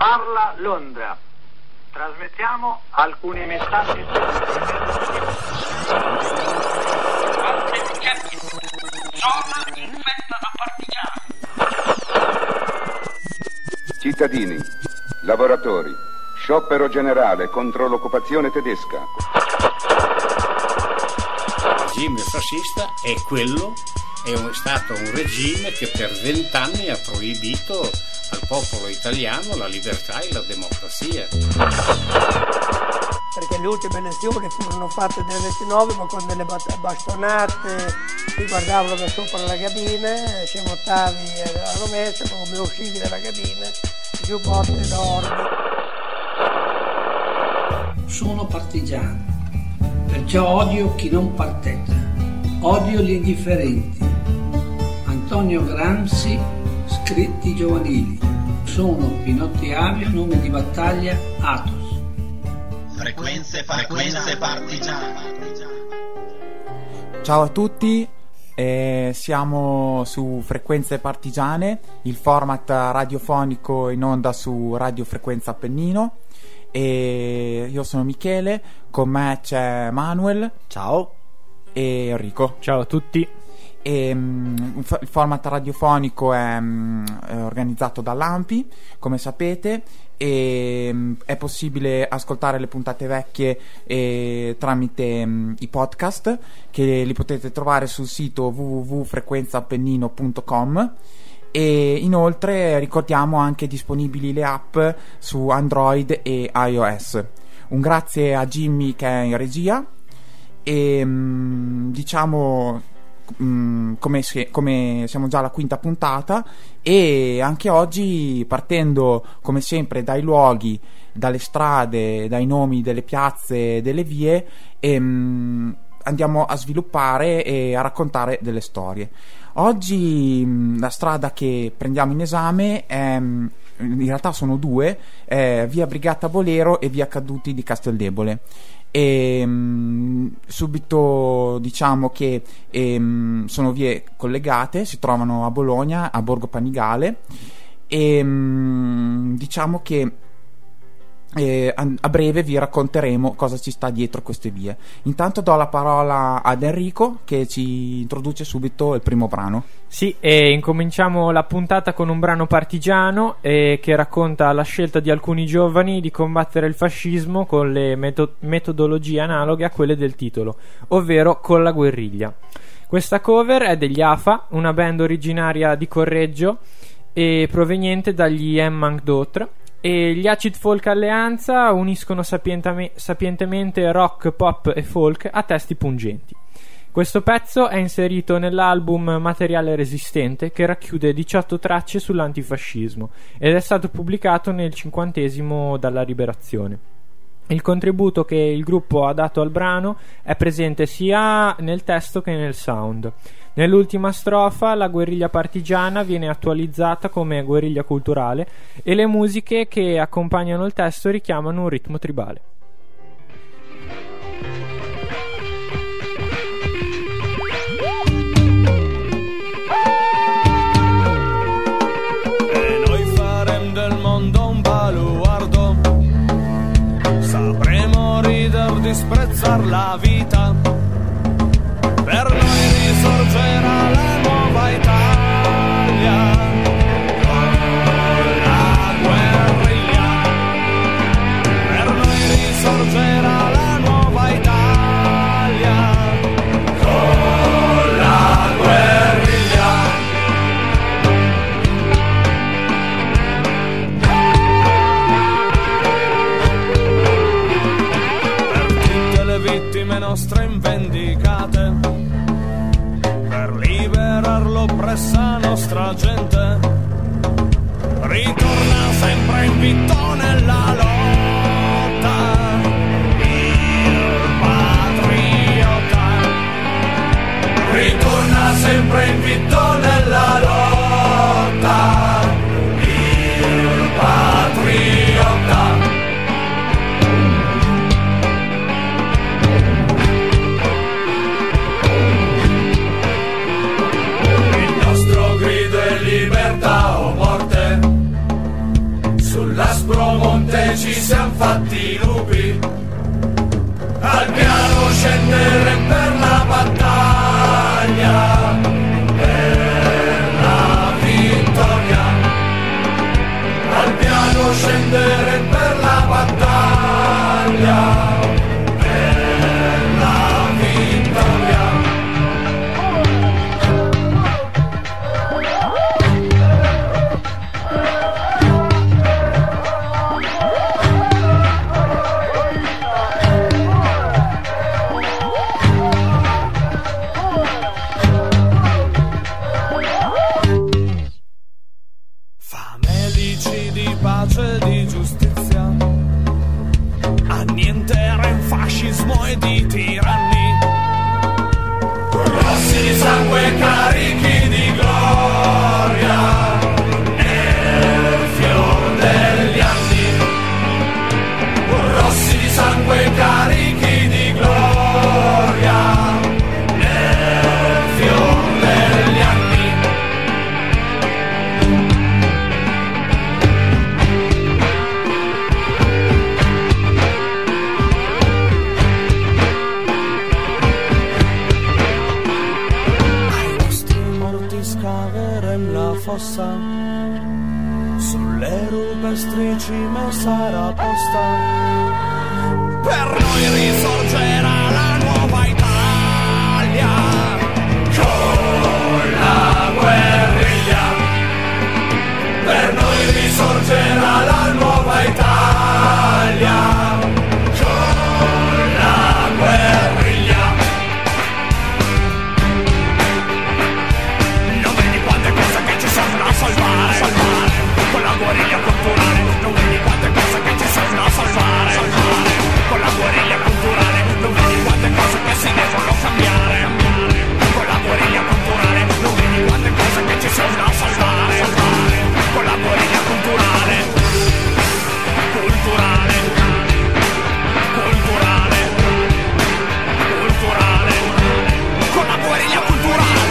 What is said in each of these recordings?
Parla Londra. Trasmettiamo alcuni messaggi. Zona infetta da partigiani. Cittadini, lavoratori, sciopero generale contro l'occupazione tedesca. Il regime fascista è stato un regime che per 20 anni ha proibito al popolo italiano la libertà e la democrazia. Perché le ultime elezioni furono fatte nel 29, ma con delle bastonate, ti guardavano da sopra la cabina, se votavi a rovescio, come uscivi dalla cabina, più botte d'orme. Sono partigiano, perciò odio chi non parteggia, odio gli indifferenti. Antonio Gramsci, scritti giovanili. Sono Pinotti Avio, nome di battaglia Athos. Frequenze partigiane. Ciao a tutti, siamo su Frequenze Partigiane, il format radiofonico in onda su Radio Frequenza Appennino. E io sono Michele, con me c'è Manuel. Ciao. E Enrico. Ciao a tutti. Il format radiofonico è organizzato dall'ANPI, come sapete, e è possibile ascoltare le puntate vecchie tramite i podcast, che li potete trovare sul sito www.frequenzaappennino.com. e inoltre ricordiamo anche disponibili le app su Android e iOS. Un grazie a Jimmy che è in regia e diciamo come siamo già alla quinta puntata, e anche oggi, partendo come sempre dai luoghi, dalle strade, dai nomi delle piazze, delle vie, andiamo a sviluppare e a raccontare delle storie. Oggi la strada che prendiamo in esame in realtà sono due, via Brigata Bolero e via Caduti di Casteldebole. E subito diciamo che sono vie collegate, si trovano a Bologna, a Borgo Panigale, e diciamo che a breve vi racconteremo cosa ci sta dietro queste vie. Intanto do la parola ad Enrico, che ci introduce subito il primo brano. Sì, e incominciamo la puntata con un brano partigiano che racconta la scelta di alcuni giovani di combattere il fascismo con le metodologie analoghe a quelle del titolo, ovvero con la guerriglia. Questa cover è degli AFA, una band originaria di Correggio e proveniente dagli Emmang d'Autre, e gli Acid Folk Alleanza uniscono sapientemente rock, pop e folk a testi pungenti. Questo pezzo è inserito nell'album Materiale Resistente, che racchiude 18 tracce sull'antifascismo ed è stato pubblicato nel 50° dalla liberazione. Il contributo che il gruppo ha dato al brano è presente sia nel testo che nel sound. Nell'ultima strofa la guerriglia partigiana viene attualizzata come guerriglia culturale e le musiche che accompagnano il testo richiamano un ritmo tribale. E noi faremo del mondo un baluardo, sapremo ridere, disprezzar la vita. Per noi risorgerà la nuova Italia con la guerriglia. Per noi risorgerà la nuova Italia con la guerriglia. Per tutte le vittime nostre invendicate, l'oppressa nostra gente, ritorna sempre invitto nella lotta, il patriota, ritorna sempre invitto nella lotta, il patriota. Libertà o morte, sull'aspro siamo fatti lupi, al piano scendere per la battaglia, per la vittoria, al piano scendere per la battaglia. Di giustizia, annientare il fascismo e di tiranni, rossi di sangue carichi di gloria, nel fior degli anni, rossi di sangue carichi di gloria, nel fior degli anni. Sulle rubestrici me sarà posta, per noi risorgerà la nuova Italia, con la guerriglia, per noi risorgerà la nuova Italia, con la guerriglia. Non vedi quante cose che ci sono da salvare, con la guerriglia culturale, non vedi quante cose che ci sono da salvare, con la guerriglia culturale, non vedi quante cose che si devono cambiare, con la guerriglia culturale, non vedi quante cose che ci sono da salvare, con la guerriglia culturale, culturale, culturale, culturale, con la guerriglia culturale.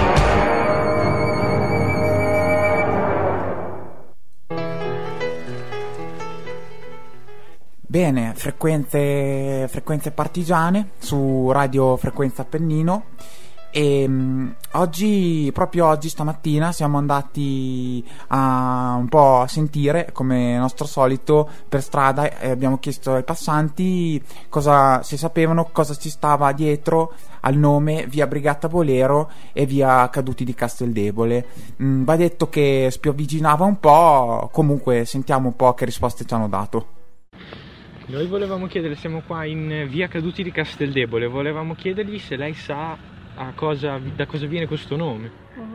Bene, frequenze partigiane su Radio Frequenza Appennino. E proprio oggi stamattina siamo andati a un po' a sentire, come nostro solito, per strada, e abbiamo chiesto ai passanti se sapevano cosa ci stava dietro al nome Via Brigata Bolero e Via Caduti di Casteldebole. Va detto che spiovviginava un po', comunque sentiamo un po' che risposte ci hanno dato. Noi volevamo chiedere, siamo qua in Via Caduti di Casteldebole, volevamo chiedergli se lei sa da cosa viene questo nome.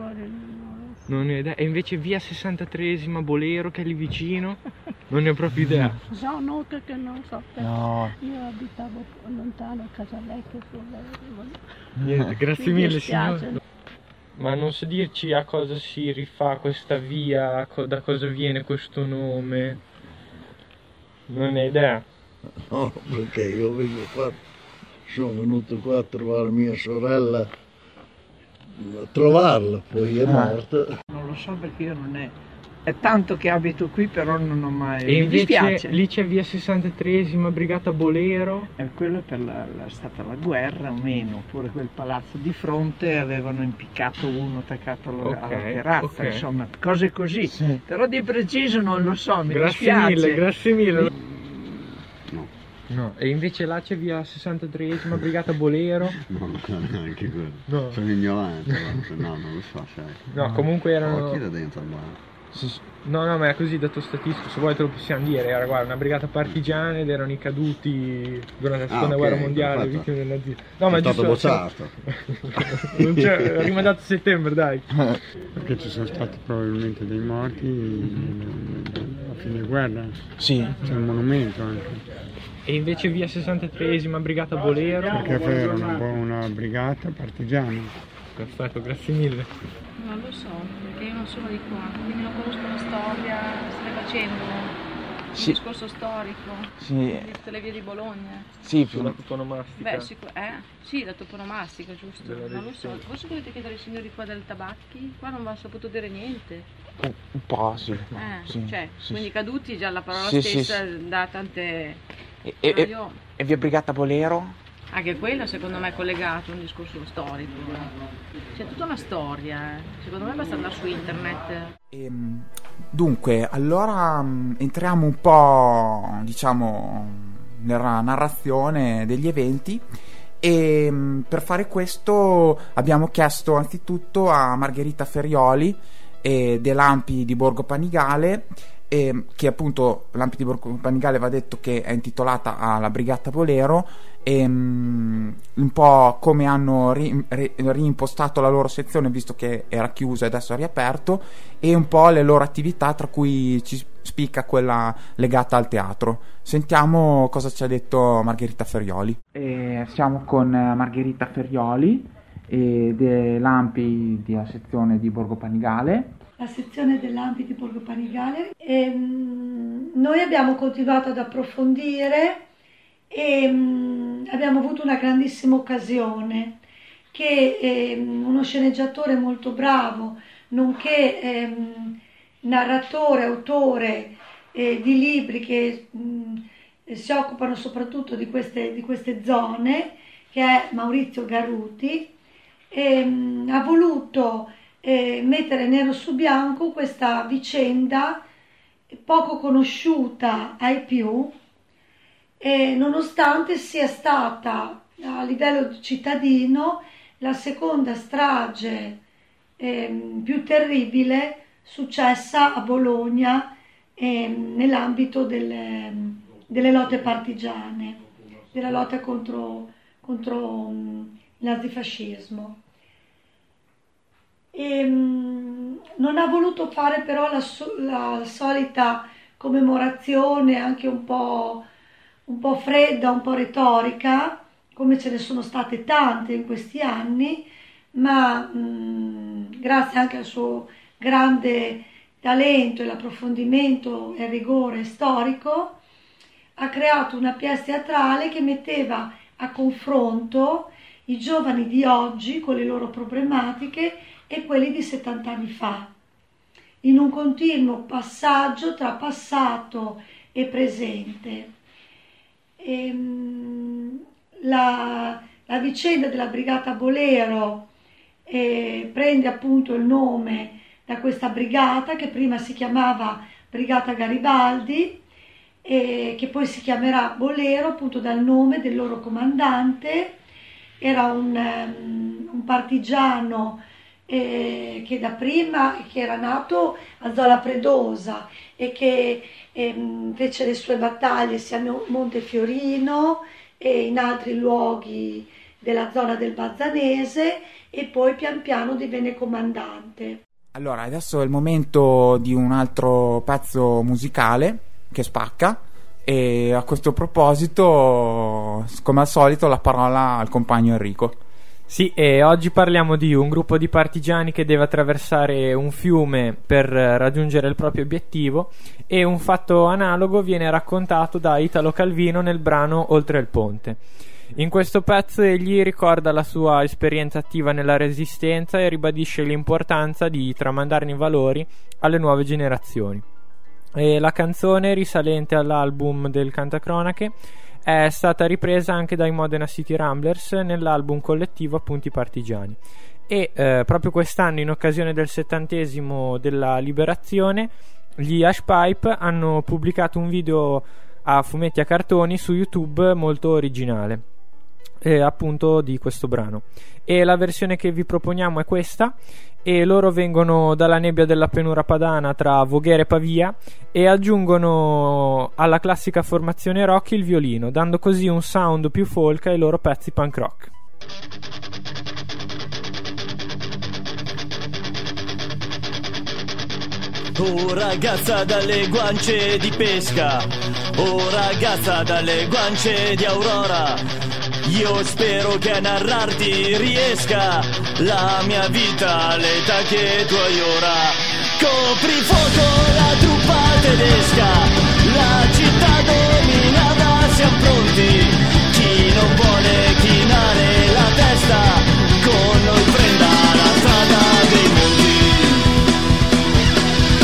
Non ne ho idea. E invece Via 63esima Bolero, che è lì vicino, non ne ho proprio idea. No, che non so perché. No. Io abitavo lontano a Casalecchio. Niente, grazie mille signore. Ma non so dirci a cosa si rifà questa via, da cosa viene questo nome? Non ne ho idea. No, perché io vengo qua, sono venuto qua a trovare mia sorella, a trovarla, poi è morta. Non lo so perché io non è tanto che abito qui, però non ho mai... E mi invece dispiace. Lì c'è Via 63esima Brigata Bolero. E quello è per è stata la guerra o meno, oppure quel palazzo di fronte avevano impiccato uno attaccato alla terrazza, insomma, cose così. Sì. Però di preciso non lo so, mi dispiace. Grazie mille. No, e invece là c'è Via 63esima Brigata Bolero. No, non so neanche quello. No. Sono ignorante, no, non lo so, sai. No, comunque erano... Chi da dentro al bar? No, ma è così dato statistico, se vuoi te lo possiamo dire, era guarda, una brigata partigiana ed erano i caduti durante la seconda guerra mondiale, vittime del nazismo. No, ma è stato bocciato. Non c'è, è rimandato a settembre, dai. Perché ci sono stati probabilmente dei morti a fine guerra. Sì. C'è un monumento anche. E invece Via 63esima Brigata Bolero? Perché era una brigata partigiana. Perfetto, grazie mille. Non lo so, perché io non sono di qua, quindi non conosco la storia, stai facendo un discorso storico di tutte le vie di Bologna. Sì, sulla toponomastica. Beh, sì, la toponomastica, giusto. Non lo so, forse potete chiedere ai signori qua del Tabacchi, qua non vi ha saputo dire niente. Un po', sì. Cioè, sì, quindi caduti già la parola sì, stessa sì. da tante... E via Brigata Bolero? Anche quello secondo me è collegato a un discorso storico. C'è tutta una storia, secondo me basta andare su internet. Dunque, allora entriamo un po', diciamo, nella narrazione degli eventi. E per fare questo abbiamo chiesto anzitutto a Margherita Ferrioli dell'Ampi di Borgo Panigale, che appunto l'Ampi di Borgo Panigale va detto che è intitolata alla Brigata Bolero, un po' come hanno reimpostato la loro sezione, visto che era chiusa e adesso è riaperto, e un po' le loro attività, tra cui ci spicca quella legata al teatro. Sentiamo cosa ci ha detto Margherita Ferrioli. Siamo con Margherita Ferrioli dell'Ampi della sezione di Borgo Panigale. La sezione dell'Ampi di Borgo Panigale. Noi abbiamo continuato ad approfondire e abbiamo avuto una grandissima occasione che uno sceneggiatore molto bravo, nonché narratore, autore di libri che si occupano soprattutto di queste zone, che è Maurizio Garruti, ha voluto mettere nero su bianco questa vicenda poco conosciuta ai più, nonostante sia stata a livello cittadino la seconda strage più terribile successa a Bologna nell'ambito delle lotte partigiane, della lotta contro il nazifascismo. Non ha voluto fare però la solita commemorazione anche un po' fredda, un po' retorica, come ce ne sono state tante in questi anni, ma grazie anche al suo grande talento e l'approfondimento e il rigore storico, ha creato una pièce teatrale che metteva a confronto i giovani di oggi con le loro problematiche e quelli di 70 anni fa, in un continuo passaggio tra passato e presente. La vicenda della Brigata Bolero prende appunto il nome da questa brigata che prima si chiamava Brigata Garibaldi e che poi si chiamerà Bolero appunto dal nome del loro comandante. Era un partigiano che da prima che era nato a Zola Predosa e che fece le sue battaglie sia a Montefiorino e in altri luoghi della zona del Bazzanese e poi pian piano divenne comandante. Allora, adesso è il momento di un altro pezzo musicale che spacca e a questo proposito, come al solito, la parola al compagno Enrico. Sì, e oggi parliamo di un gruppo di partigiani che deve attraversare un fiume per raggiungere il proprio obiettivo e un fatto analogo viene raccontato da Italo Calvino nel brano Oltre il ponte. In questo pezzo egli ricorda la sua esperienza attiva nella Resistenza e ribadisce l'importanza di tramandarne i valori alle nuove generazioni. E la canzone, risalente all'album del Cantacronache, è stata ripresa anche dai Modena City Ramblers nell'album collettivo Appunti Partigiani e proprio quest'anno, in occasione del 70° della liberazione, gli Hashpipe hanno pubblicato un video a fumetti a cartoni su YouTube molto originale appunto di questo brano, e la versione che vi proponiamo è questa, e loro vengono dalla nebbia della pianura padana tra Voghera e Pavia e aggiungono alla classica formazione rock il violino, dando così un sound più folk ai loro pezzi punk rock. Oh ragazza dalle guance di pesca, oh ragazza dalle guance di Aurora, io spero che a narrarti riesca la mia vita all'età che tu hai ora. Copri fuoco la truppa tedesca, la città dominata, siamo pronti, chi non vuole chinare la testa con noi prenda la strada dei monti.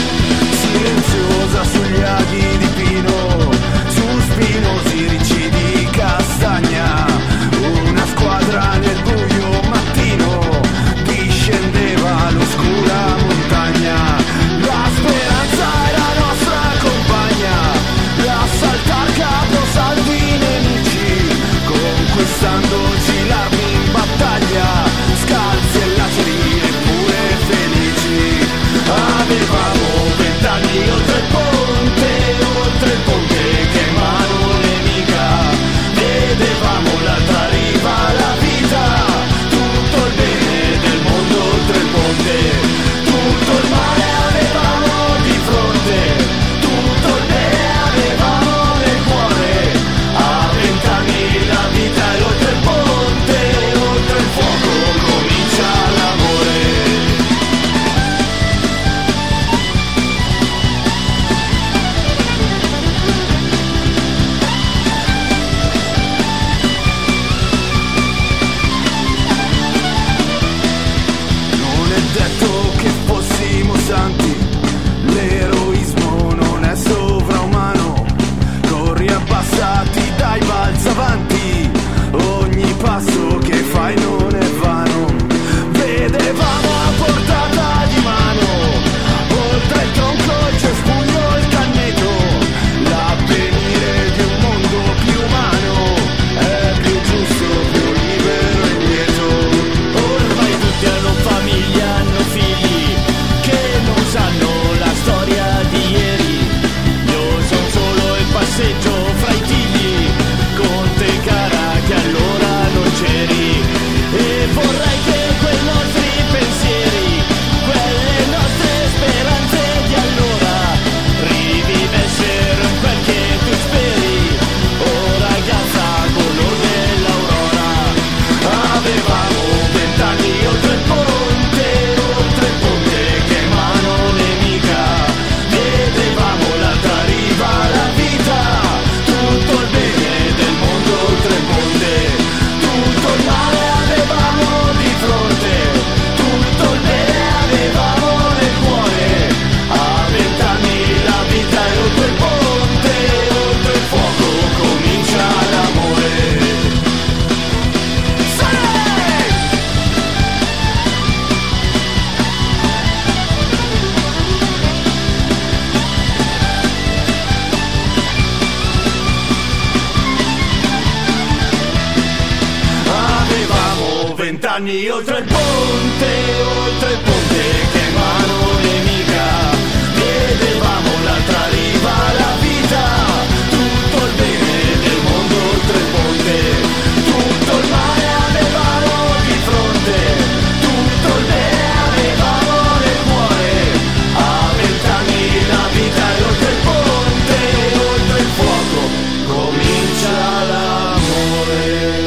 20 anni oltre il ponte che mano nemica. Vedevamo l'altra riva, la vita, tutto il bene del mondo oltre il ponte, tutto il male avevamo di fronte, tutto il bene avevamo nel cuore. A 20 anni la vita è oltre il ponte, oltre il fuoco comincia l'amore.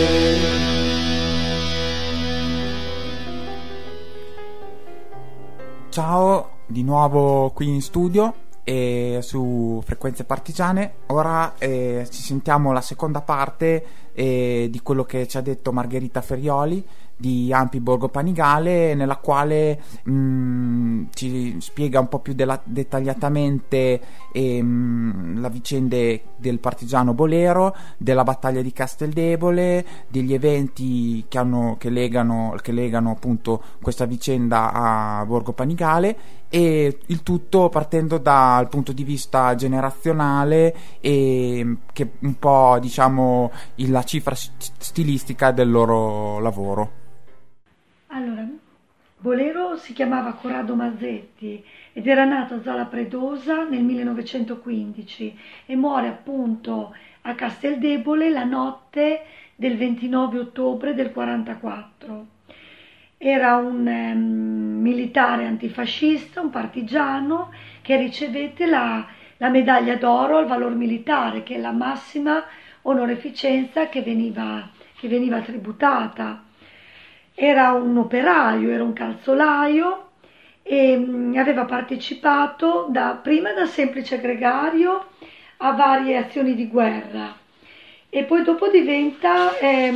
Ciao, di nuovo qui in studio e su Frequenze Partigiane. Ora ci sentiamo la seconda parte di quello che ci ha detto Margherita Ferioli di Ampi Borgo Panigale, nella quale ci spiega un po' più dettagliatamente la vicenda del partigiano Bolero, della battaglia di Casteldebole, degli eventi che legano appunto questa vicenda a Borgo Panigale, e il tutto partendo dal punto di vista generazionale e che un po', diciamo, la cifra stilistica del loro lavoro. Allora, Bolero si chiamava Corrado Mazzetti ed era nato a Zola Predosa nel 1915 e muore appunto a Casteldebole la notte del 29 ottobre del 1944. Era un militare antifascista, un partigiano che ricevette la medaglia d'oro al valor militare, che è la massima onorificenza che veniva tributata. Era un operaio, era un calzolaio e aveva partecipato prima da semplice gregario a varie azioni di guerra e poi dopo diventa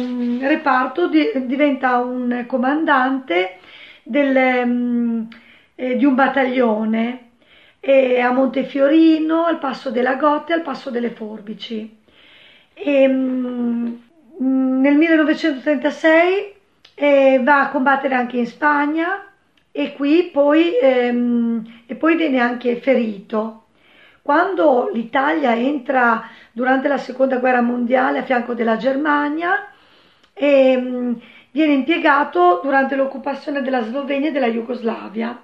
diventa un comandante di un battaglione a Montefiorino, al Passo della Gotte e al Passo delle Forbici. Nel 1936 va a combattere anche in Spagna e qui poi viene anche ferito. Quando l'Italia entra durante la seconda guerra mondiale a fianco della Germania, viene impiegato durante l'occupazione della Slovenia e della Jugoslavia.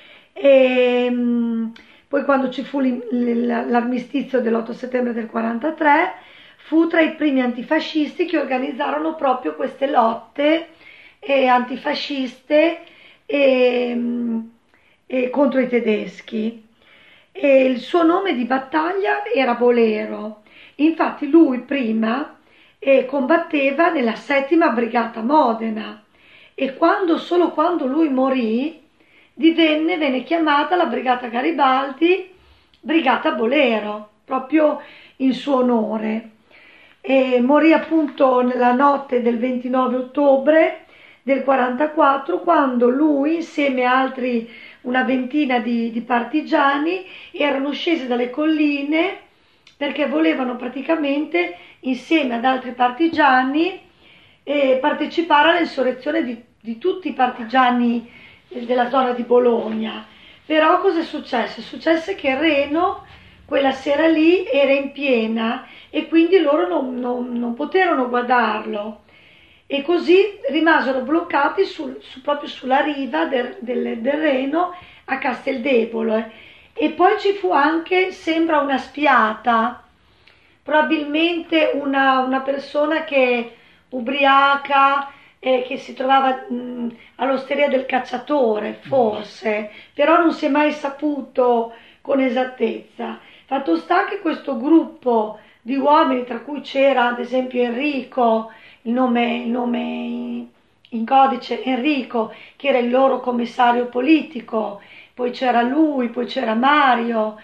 Poi quando ci fu l'armistizio dell'8 settembre del 1943, fu tra i primi antifascisti che organizzarono proprio queste lotte antifasciste contro i tedeschi. E il suo nome di battaglia era Bolero. Infatti lui prima combatteva nella 7ª Brigata Modena e solo quando lui morì venne chiamata la Brigata Garibaldi Brigata Bolero, proprio in suo onore. E morì appunto nella notte del 29 ottobre del 1944, quando lui, insieme a altri una ventina di partigiani, erano scesi dalle colline perché volevano praticamente, insieme ad altri partigiani, partecipare all'insurrezione di tutti i partigiani della zona di Bologna. Però cosa è successo? È successo che Reno quella sera lì era in piena e quindi loro non poterono guardarlo. E così rimasero bloccati proprio sulla riva del Reno a Casteldebole. E poi ci fu anche, sembra, una spiata, probabilmente una persona che ubriaca, che si trovava all'osteria del cacciatore, forse, però non si è mai saputo con esattezza. Fatto sta che questo gruppo di uomini, tra cui c'era ad esempio Enrico, il nome in codice Enrico, che era il loro commissario politico, poi c'era lui, poi c'era Mario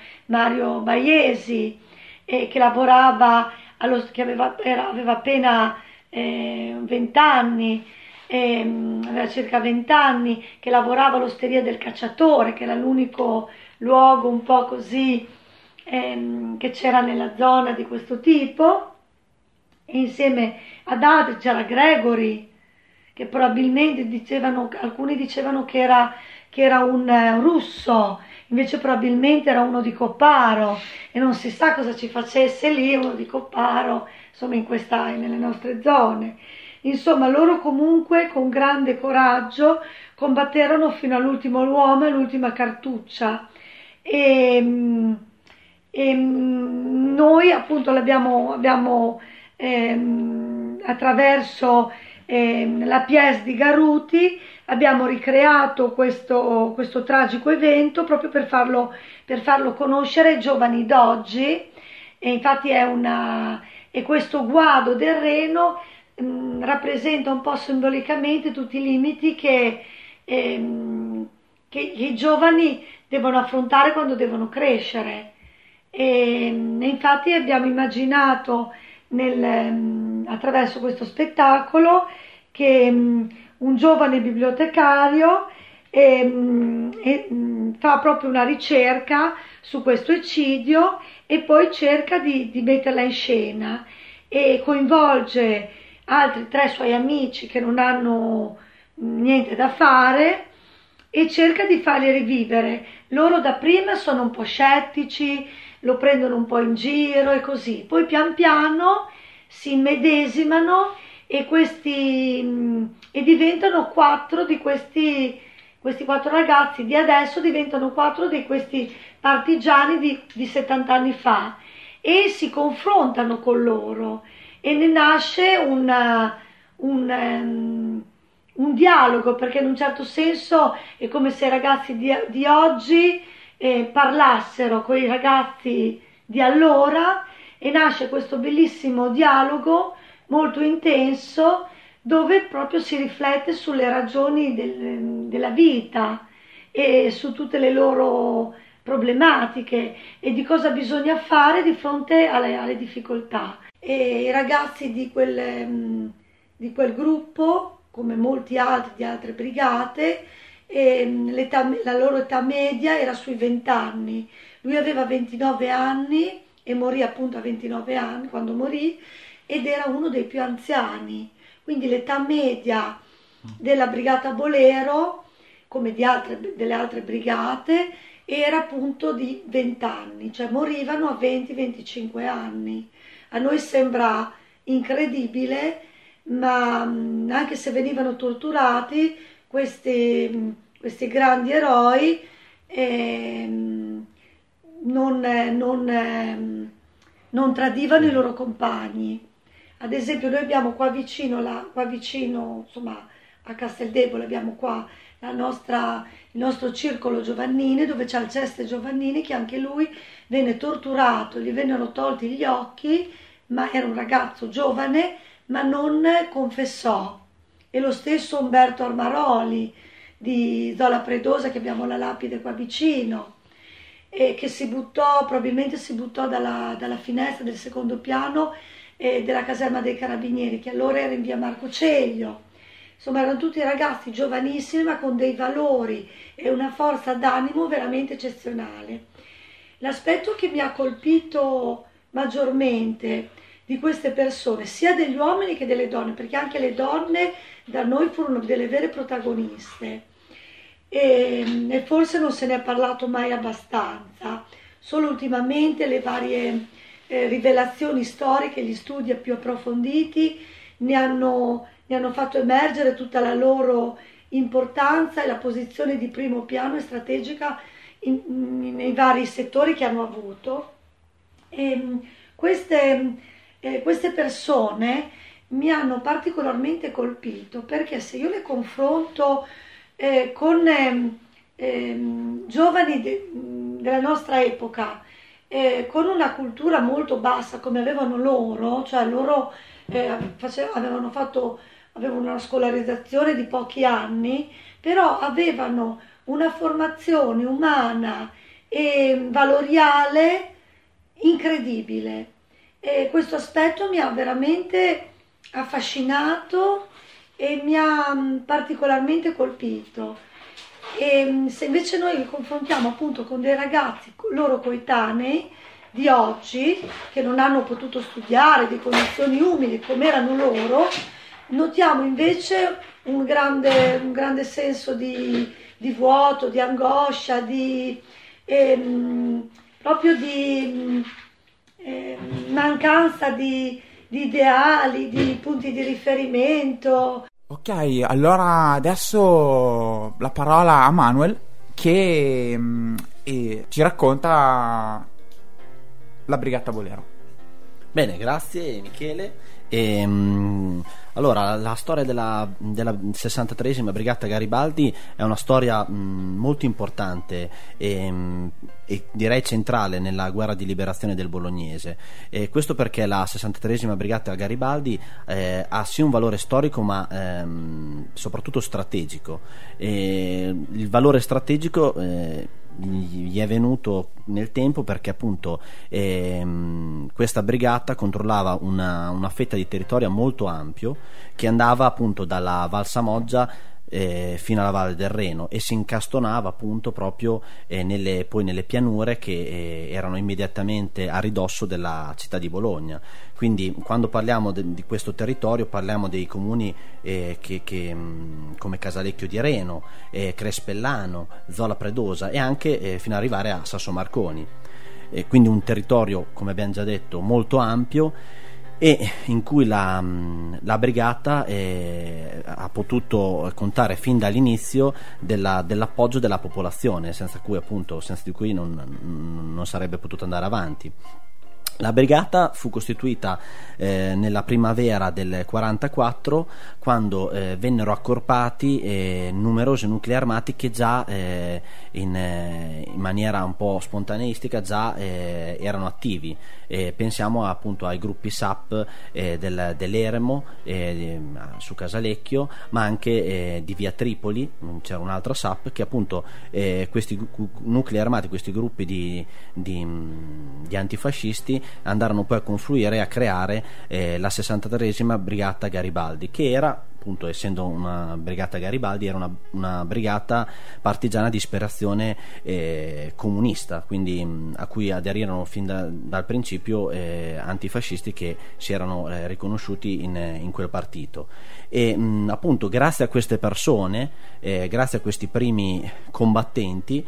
Baiesi, che lavorava, che aveva appena 20 anni, aveva circa 20 anni, che lavorava all'osteria del cacciatore, che era l'unico luogo un po' così che c'era nella zona di questo tipo. E insieme ad altri c'era Gregory, che probabilmente alcuni dicevano che era un russo, invece probabilmente era uno di Copparo, e non si sa cosa ci facesse lì uno di Copparo, insomma nelle nostre zone. Insomma, loro comunque con grande coraggio combatterono fino all'ultimo uomo e l'ultima cartuccia. E noi appunto abbiamo attraverso la Pièce di Garuti abbiamo ricreato questo tragico evento proprio per farlo conoscere ai giovani d'oggi, e infatti e questo guado del Reno rappresenta un po' simbolicamente tutti i limiti che i giovani devono affrontare quando devono crescere. E infatti abbiamo immaginato attraverso questo spettacolo che un giovane bibliotecario fa proprio una ricerca su questo eccidio e poi cerca di metterla in scena e coinvolge altri 3 suoi amici che non hanno niente da fare e cerca di farli rivivere. Loro dapprima sono un po' scettici, lo prendono un po' in giro e così, poi pian piano si immedesimano e diventano 4 di questi 4 ragazzi di adesso diventano 4 di questi partigiani di 70 anni fa e si confrontano con loro e ne nasce un dialogo, perché in un certo senso è come se i ragazzi di oggi parlassero con i ragazzi di allora e nasce questo bellissimo dialogo molto intenso dove proprio si riflette sulle ragioni della vita e su tutte le loro problematiche e di cosa bisogna fare di fronte alle difficoltà. E i ragazzi di quel gruppo, come molti altri di altre brigate, la loro età media era sui 20 anni. Lui aveva 29 anni e morì appunto a 29 anni quando morì ed era uno dei più anziani. Quindi l'età media della brigata Bolero, come delle altre brigate, era appunto di 20 anni, cioè morivano a 20-25 anni. A noi sembra incredibile, ma anche se venivano torturati, questi grandi eroi non tradivano i loro compagni. Ad esempio noi abbiamo qua vicino insomma a Casteldebole abbiamo qua il nostro circolo Giovannini, dove c'è Alceste Giovannini, che anche lui venne torturato, gli vennero tolti gli occhi, ma era un ragazzo giovane, ma non confessò. E lo stesso Umberto Armaroli di Zola Predosa, che abbiamo la lapide qua vicino, e che probabilmente si buttò dalla finestra del secondo piano della caserma dei Carabinieri, che allora era in via Marco Ceglio. Insomma, erano tutti ragazzi giovanissimi, ma con dei valori e una forza d'animo veramente eccezionale. L'aspetto che mi ha colpito maggiormente di queste persone, sia degli uomini che delle donne, perché anche le donne da noi furono delle vere protagoniste, e forse non se ne è parlato mai abbastanza, solo ultimamente le varie rivelazioni storiche, gli studi più approfonditi ne hanno fatto emergere tutta la loro importanza e la posizione di primo piano e strategica nei vari settori che hanno avuto. Queste persone mi hanno particolarmente colpito, perché se io le confronto con giovani della nostra epoca, con una cultura molto bassa come avevano loro, cioè loro avevano una scolarizzazione di pochi anni, però avevano una formazione umana e valoriale incredibile. E questo aspetto mi ha veramente affascinato e mi ha particolarmente colpito. E se invece noi li confrontiamo appunto con dei ragazzi loro coetanei di oggi, che non hanno potuto studiare, di condizioni umili come erano loro, notiamo invece un grande senso di vuoto, di angoscia, proprio di mancanza di di ideali, di punti di riferimento. Ok, allora adesso la parola a Manuel che ci racconta la Brigata Bolero. Bene, grazie Michele. Allora, la storia della 63esima Brigata Garibaldi è una storia molto importante e direi centrale nella guerra di liberazione del Bolognese. Questo perché la 63esima Brigata Garibaldi ha sì un valore storico ma soprattutto strategico. Il valore strategico gli è venuto nel tempo perché appunto questa brigata controllava una fetta di territorio molto ampio che andava appunto dalla Val Samoggia fino alla Valle del Reno e si incastonava appunto proprio poi nelle pianure che erano immediatamente a ridosso della città di Bologna. Quindi quando parliamo di questo territorio parliamo dei comuni come Casalecchio di Reno, Crespellano, Zola Predosa e anche fino ad arrivare a Sasso Marconi. Quindi un territorio, come abbiamo già detto, molto ampio e in cui la brigata ha potuto contare fin dall'inizio dell'appoggio della popolazione, senza di cui non sarebbe potuto andare avanti. La brigata fu costituita nella primavera del 44 quando vennero accorpati numerosi nuclei armati che già in maniera un po' spontaneistica già erano attivi. Pensiamo appunto ai gruppi SAP dell'Eremo su Casalecchio, ma anche di via Tripoli c'era un'altra SAP che appunto questi nuclei armati, questi gruppi di antifascisti andarono poi a confluire e a creare la 63esima Brigata Garibaldi, che era appunto, essendo una brigata Garibaldi, era una brigata partigiana di ispirazione comunista, quindi a cui aderirono fin dal principio antifascisti che si erano riconosciuti in quel partito. E appunto grazie a queste persone, grazie a questi primi combattenti,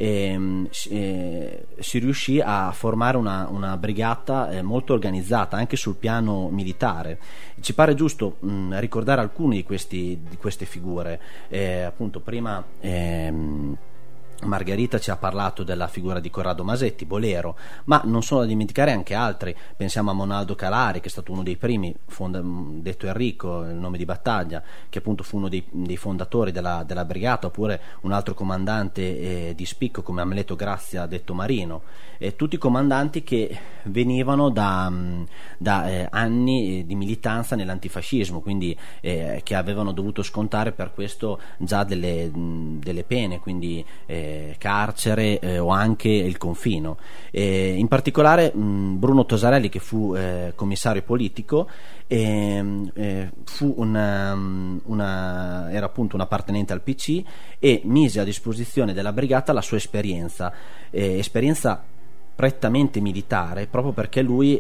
si riuscì a formare una brigata molto organizzata anche sul piano militare. Ci pare giusto ricordare alcuni di queste figure. Appunto prima Margherita ci ha parlato della figura di Corrado Masetti, Bolero, ma non sono da dimenticare anche altri. Pensiamo a Monaldo Calari, che è stato uno dei primi, detto Enrico, il nome di battaglia, che appunto fu uno dei fondatori della brigata, oppure un altro comandante di spicco come Amleto Grazia, detto Marino. Tutti comandanti che venivano da anni di militanza nell'antifascismo, quindi che avevano dovuto scontare per questo già delle pene, quindi carcere o anche il confino. In particolare Bruno Tosarelli, che fu commissario politico, era appunto un appartenente al PC e mise a disposizione della brigata la sua esperienza prettamente militare, proprio perché lui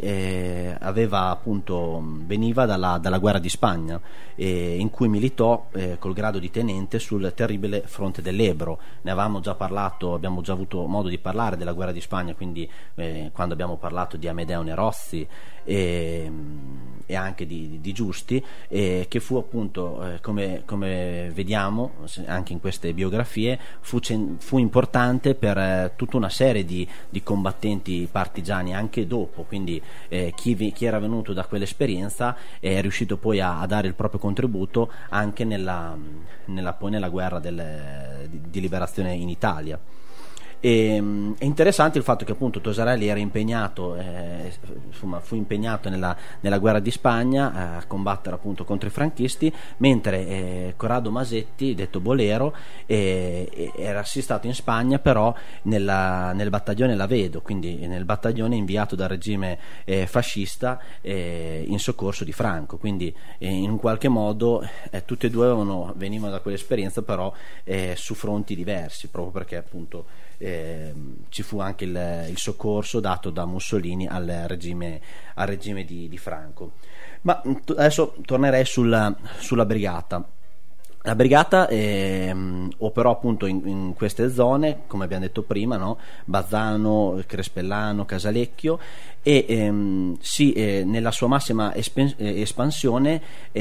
veniva dalla guerra di Spagna, in cui militò col grado di tenente sul terribile fronte dell'Ebro. Ne avevamo già parlato, abbiamo già avuto modo di parlare della guerra di Spagna, quindi quando abbiamo parlato di Amedeo Nerozzi e anche di Giusti, che fu appunto come vediamo anche in queste biografie, fu importante per tutta una serie di combattenti partigiani anche dopo, quindi chi era venuto da quell'esperienza è riuscito poi a dare il proprio contributo anche nella guerra di liberazione in Italia. È interessante il fatto che appunto Tosarelli era impegnato, fu impegnato nella guerra di Spagna a combattere appunto contro i franchisti, mentre Corrado Masetti, detto Bolero, era stato in Spagna però nel battaglione Lavedo, quindi nel battaglione inviato dal regime fascista in soccorso di Franco. Quindi in un qualche modo tutti e due venivano da quell'esperienza, però su fronti diversi, proprio perché appunto ci fu anche il soccorso dato da Mussolini al regime di Franco. Ma adesso tornerei sulla brigata. La brigata operò appunto in queste zone, come abbiamo detto prima, no? Bazzano, Crespellano, Casalecchio, e nella sua massima espansione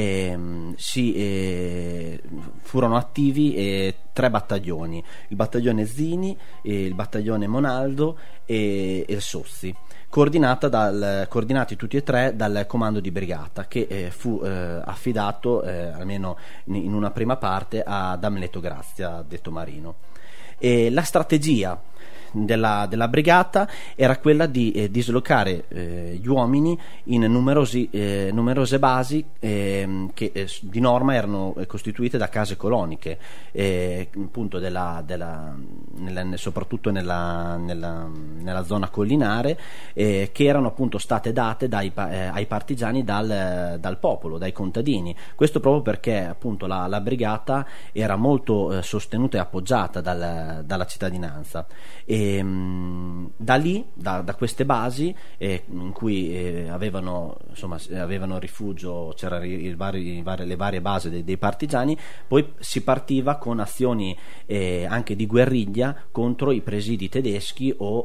furono attivi 3 battaglioni: il battaglione Zini, il battaglione Monaldo e il Sozzi, coordinati tutti e 3 dal comando di brigata, che fu affidato almeno in una prima parte ad Amleto Grazia, detto Marino. E la strategia della brigata era quella di dislocare gli uomini in numerose basi che di norma erano costituite da case coloniche, appunto soprattutto nella zona collinare, che erano appunto state date ai partigiani dal popolo, dai contadini. Questo proprio perché appunto la brigata era molto sostenuta e appoggiata dalla cittadinanza. Da lì, da queste basi in cui avevano rifugio, c'era le varie basi dei partigiani, poi si partiva con azioni anche di guerriglia contro i presidi tedeschi o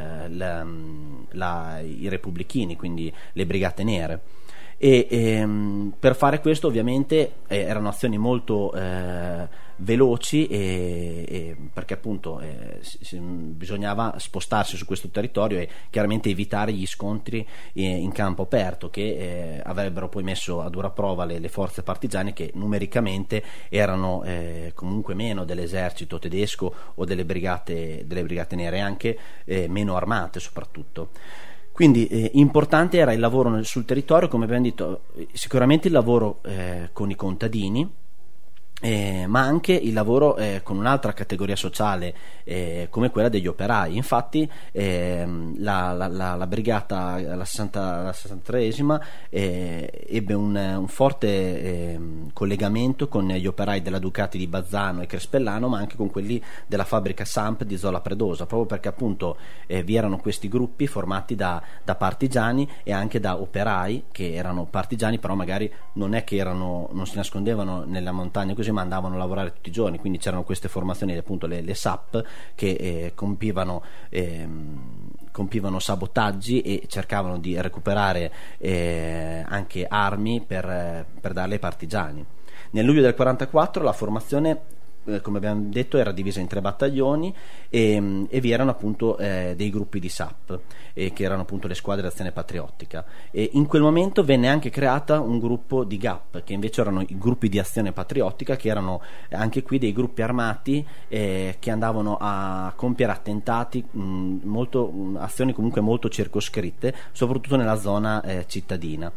i repubblichini, quindi le brigate nere. Per fare questo ovviamente erano azioni molto veloci, perché appunto bisognava spostarsi su questo territorio e chiaramente evitare gli scontri in campo aperto, che avrebbero poi messo a dura prova le forze partigiane, che numericamente erano comunque meno dell'esercito tedesco o delle brigate nere, e anche meno armate soprattutto. Quindi importante era il lavoro sul territorio, come abbiamo detto, sicuramente il lavoro con i contadini, ma anche il lavoro con un'altra categoria sociale come quella degli operai. Infatti la brigata, la 63esima, ebbe un forte collegamento con gli operai della Ducati di Bazzano e Crespellano, ma anche con quelli della fabbrica Samp di Zola Predosa, proprio perché appunto vi erano questi gruppi formati da partigiani e anche da operai che erano partigiani, però magari non si nascondevano nella montagna così, ma andavano a lavorare tutti i giorni. Quindi c'erano queste formazioni, appunto le SAP, che compivano sabotaggi e cercavano di recuperare anche armi per darle ai partigiani. Nel luglio del 44 la formazione, come abbiamo detto, era divisa in 3 battaglioni e vi erano appunto dei gruppi di SAP, che erano appunto le squadre d'azione patriottica, e in quel momento venne anche creata un gruppo di GAP, che invece erano i gruppi di azione patriottica, che erano anche qui dei gruppi armati che andavano a compiere attentati, azioni comunque molto circoscritte, soprattutto nella zona cittadina.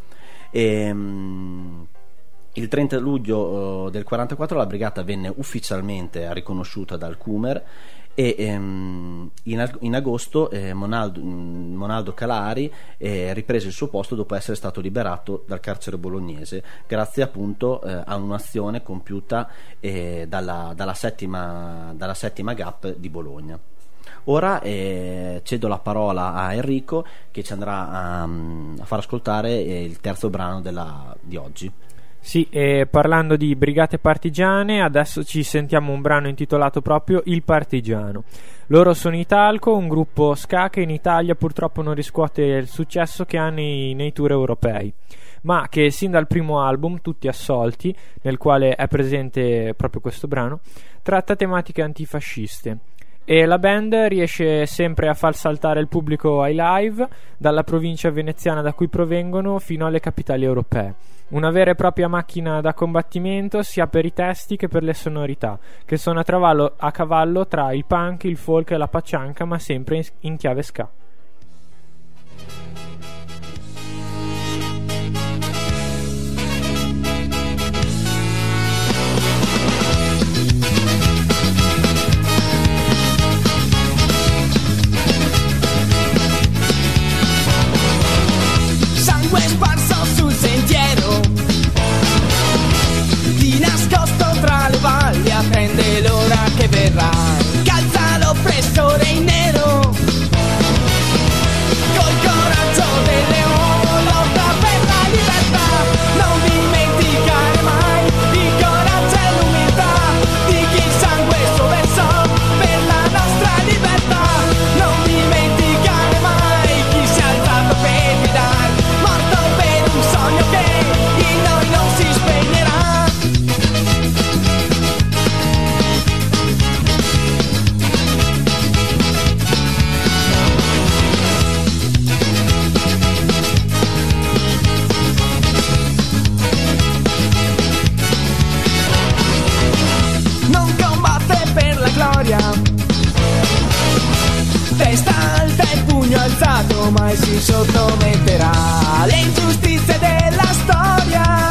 Il 30 luglio del 44 la brigata venne ufficialmente riconosciuta dal Cumer, e in agosto Monaldo Calari riprese il suo posto dopo essere stato liberato dal carcere bolognese, grazie appunto a un'azione compiuta dalla settima GAP di Bologna. Ora cedo la parola a Enrico, che ci andrà a far ascoltare il terzo brano di oggi. Sì, parlando di brigate partigiane, adesso ci sentiamo un brano intitolato proprio Il Partigiano. Loro sono i Talco, un gruppo ska che in Italia purtroppo non riscuote il successo che ha nei tour europei, ma che sin dal primo album, Tutti Assolti, nel quale è presente proprio questo brano, tratta tematiche antifasciste. E la band riesce sempre a far saltare il pubblico ai live, dalla provincia veneziana da cui provengono fino alle capitali europee. Una vera e propria macchina da combattimento sia per i testi che per le sonorità, che sono a cavallo tra il punk, il folk e la paccianca, ma sempre in chiave ska. Sangue sparso sul sentiero, di nascosto tra le valli, attende l'ora che verrà, calza l'oppressore in nero, alta, il pugno alzato mai si sottometterà alle ingiustizie della storia,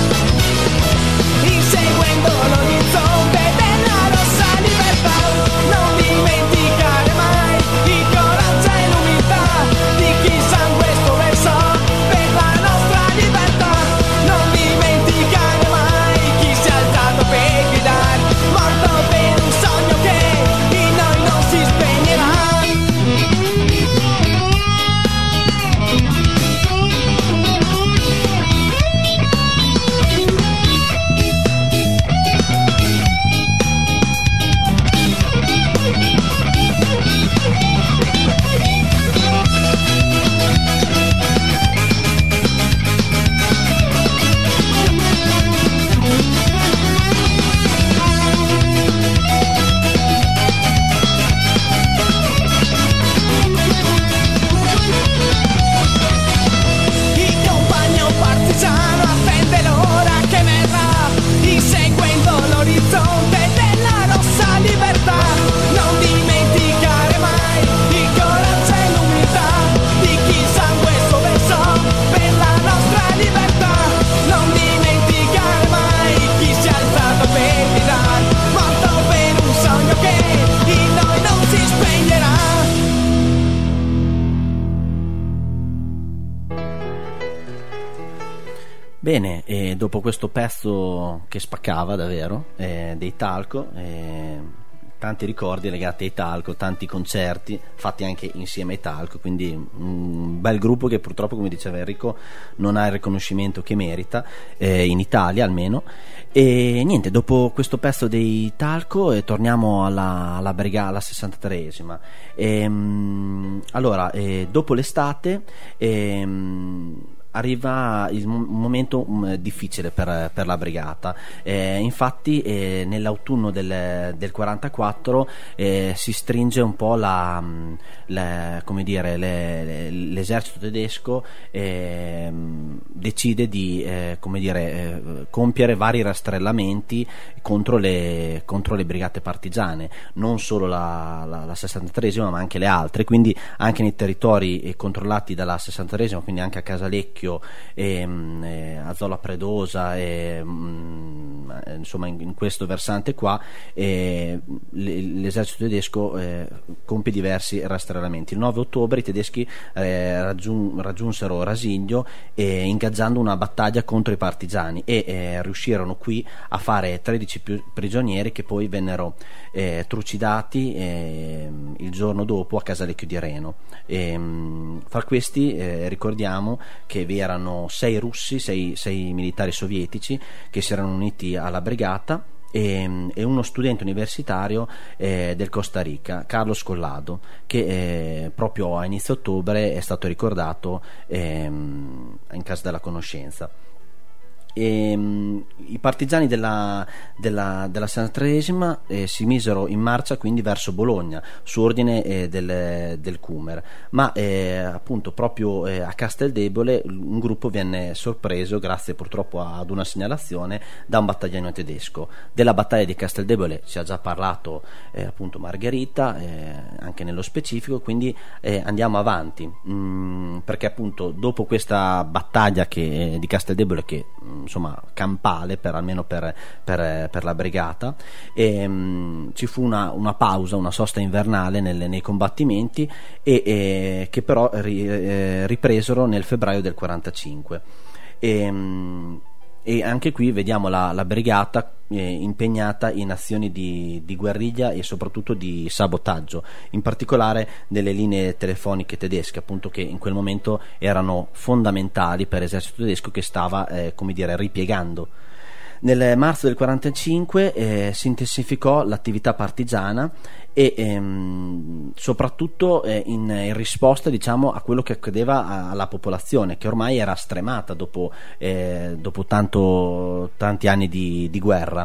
inseguendo l'orizzonte della rossa libertà. Non dimenticare mai il coraggio e l'umiltà di chi sangue versò per la nostra libertà. Non dimenticare mai chi si è alzato per gridare, morto per un sogno che in noi non si spegnerà. Bene, e dopo questo pezzo che spaccava davvero, dei Talco, tanti ricordi legati ai Talco, tanti concerti fatti anche insieme ai Talco, quindi un bel gruppo che purtroppo, come diceva Enrico, non ha il riconoscimento che merita, in Italia almeno. E niente, dopo questo pezzo dei Talco torniamo alla brigata, alla 63esima. Allora, dopo l'estate arriva un momento difficile per la brigata, infatti nell'autunno del 44 si stringe un po' l'esercito tedesco decide di compiere vari rastrellamenti contro le brigate partigiane, non solo la 63esima ma anche le altre, quindi anche nei territori controllati dalla 63esima, quindi anche a Casalecchio, a Zola Predosa, insomma in questo versante qua l'esercito tedesco compie diversi rastrellamenti. Il 9 ottobre i tedeschi raggiunsero Rasiglio ingaggiando una battaglia contro i partigiani e riuscirono qui a fare 13 prigionieri che poi vennero trucidati il giorno dopo a Casalecchio di Reno. Fra questi ricordiamo che vi erano 6 russi, 6 militari sovietici che si erano uniti alla brigata e uno studente universitario del Costa Rica, Carlos Collado, che proprio a inizio ottobre è stato ricordato in Casa della Conoscenza. I partigiani della 63esima si misero in marcia quindi verso Bologna su ordine del Kumer, ma appunto proprio a Casteldebole un gruppo venne sorpreso grazie purtroppo ad una segnalazione da un battagliano tedesco. Della battaglia di Casteldebole ci ha già parlato appunto Margherita, anche nello specifico, quindi andiamo avanti, perché appunto dopo questa battaglia di Casteldebole, che insomma campale almeno per la brigata, ci fu una pausa, una sosta invernale nei combattimenti che però ripresero nel febbraio del 45 e anche qui vediamo la brigata impegnata in azioni di guerriglia e soprattutto di sabotaggio, in particolare delle linee telefoniche tedesche, appunto, che in quel momento erano fondamentali per l'esercito tedesco che stava ripiegando. Nel marzo del 45 si intensificò l'attività partigiana e soprattutto in risposta, diciamo, a quello che accadeva alla popolazione, che ormai era stremata dopo tanti anni di guerra,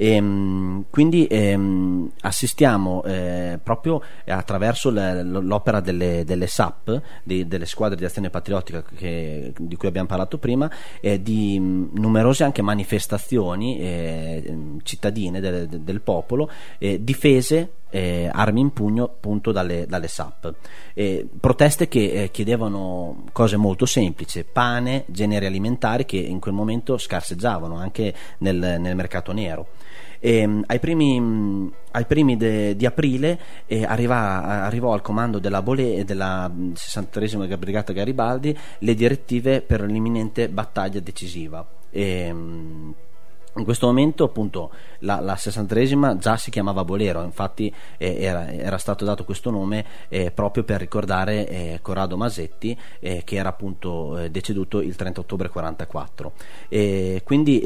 quindi assistiamo proprio attraverso l'opera delle SAP, delle squadre di azione patriottica di cui abbiamo parlato prima, di numerose anche manifestazioni cittadine del popolo, difese armi in pugno appunto dalle SAP. Proteste che chiedevano cose molto semplici: pane, generi alimentari che in quel momento scarseggiavano anche nel mercato nero. Ai primi di aprile arrivò al comando della 63esima Brigata Garibaldi le direttive per l'imminente battaglia decisiva. In questo momento appunto la 63esima già si chiamava Bolero, infatti era stato dato questo nome proprio per ricordare Corrado Masetti, che era appunto deceduto il 30 ottobre 44. Quindi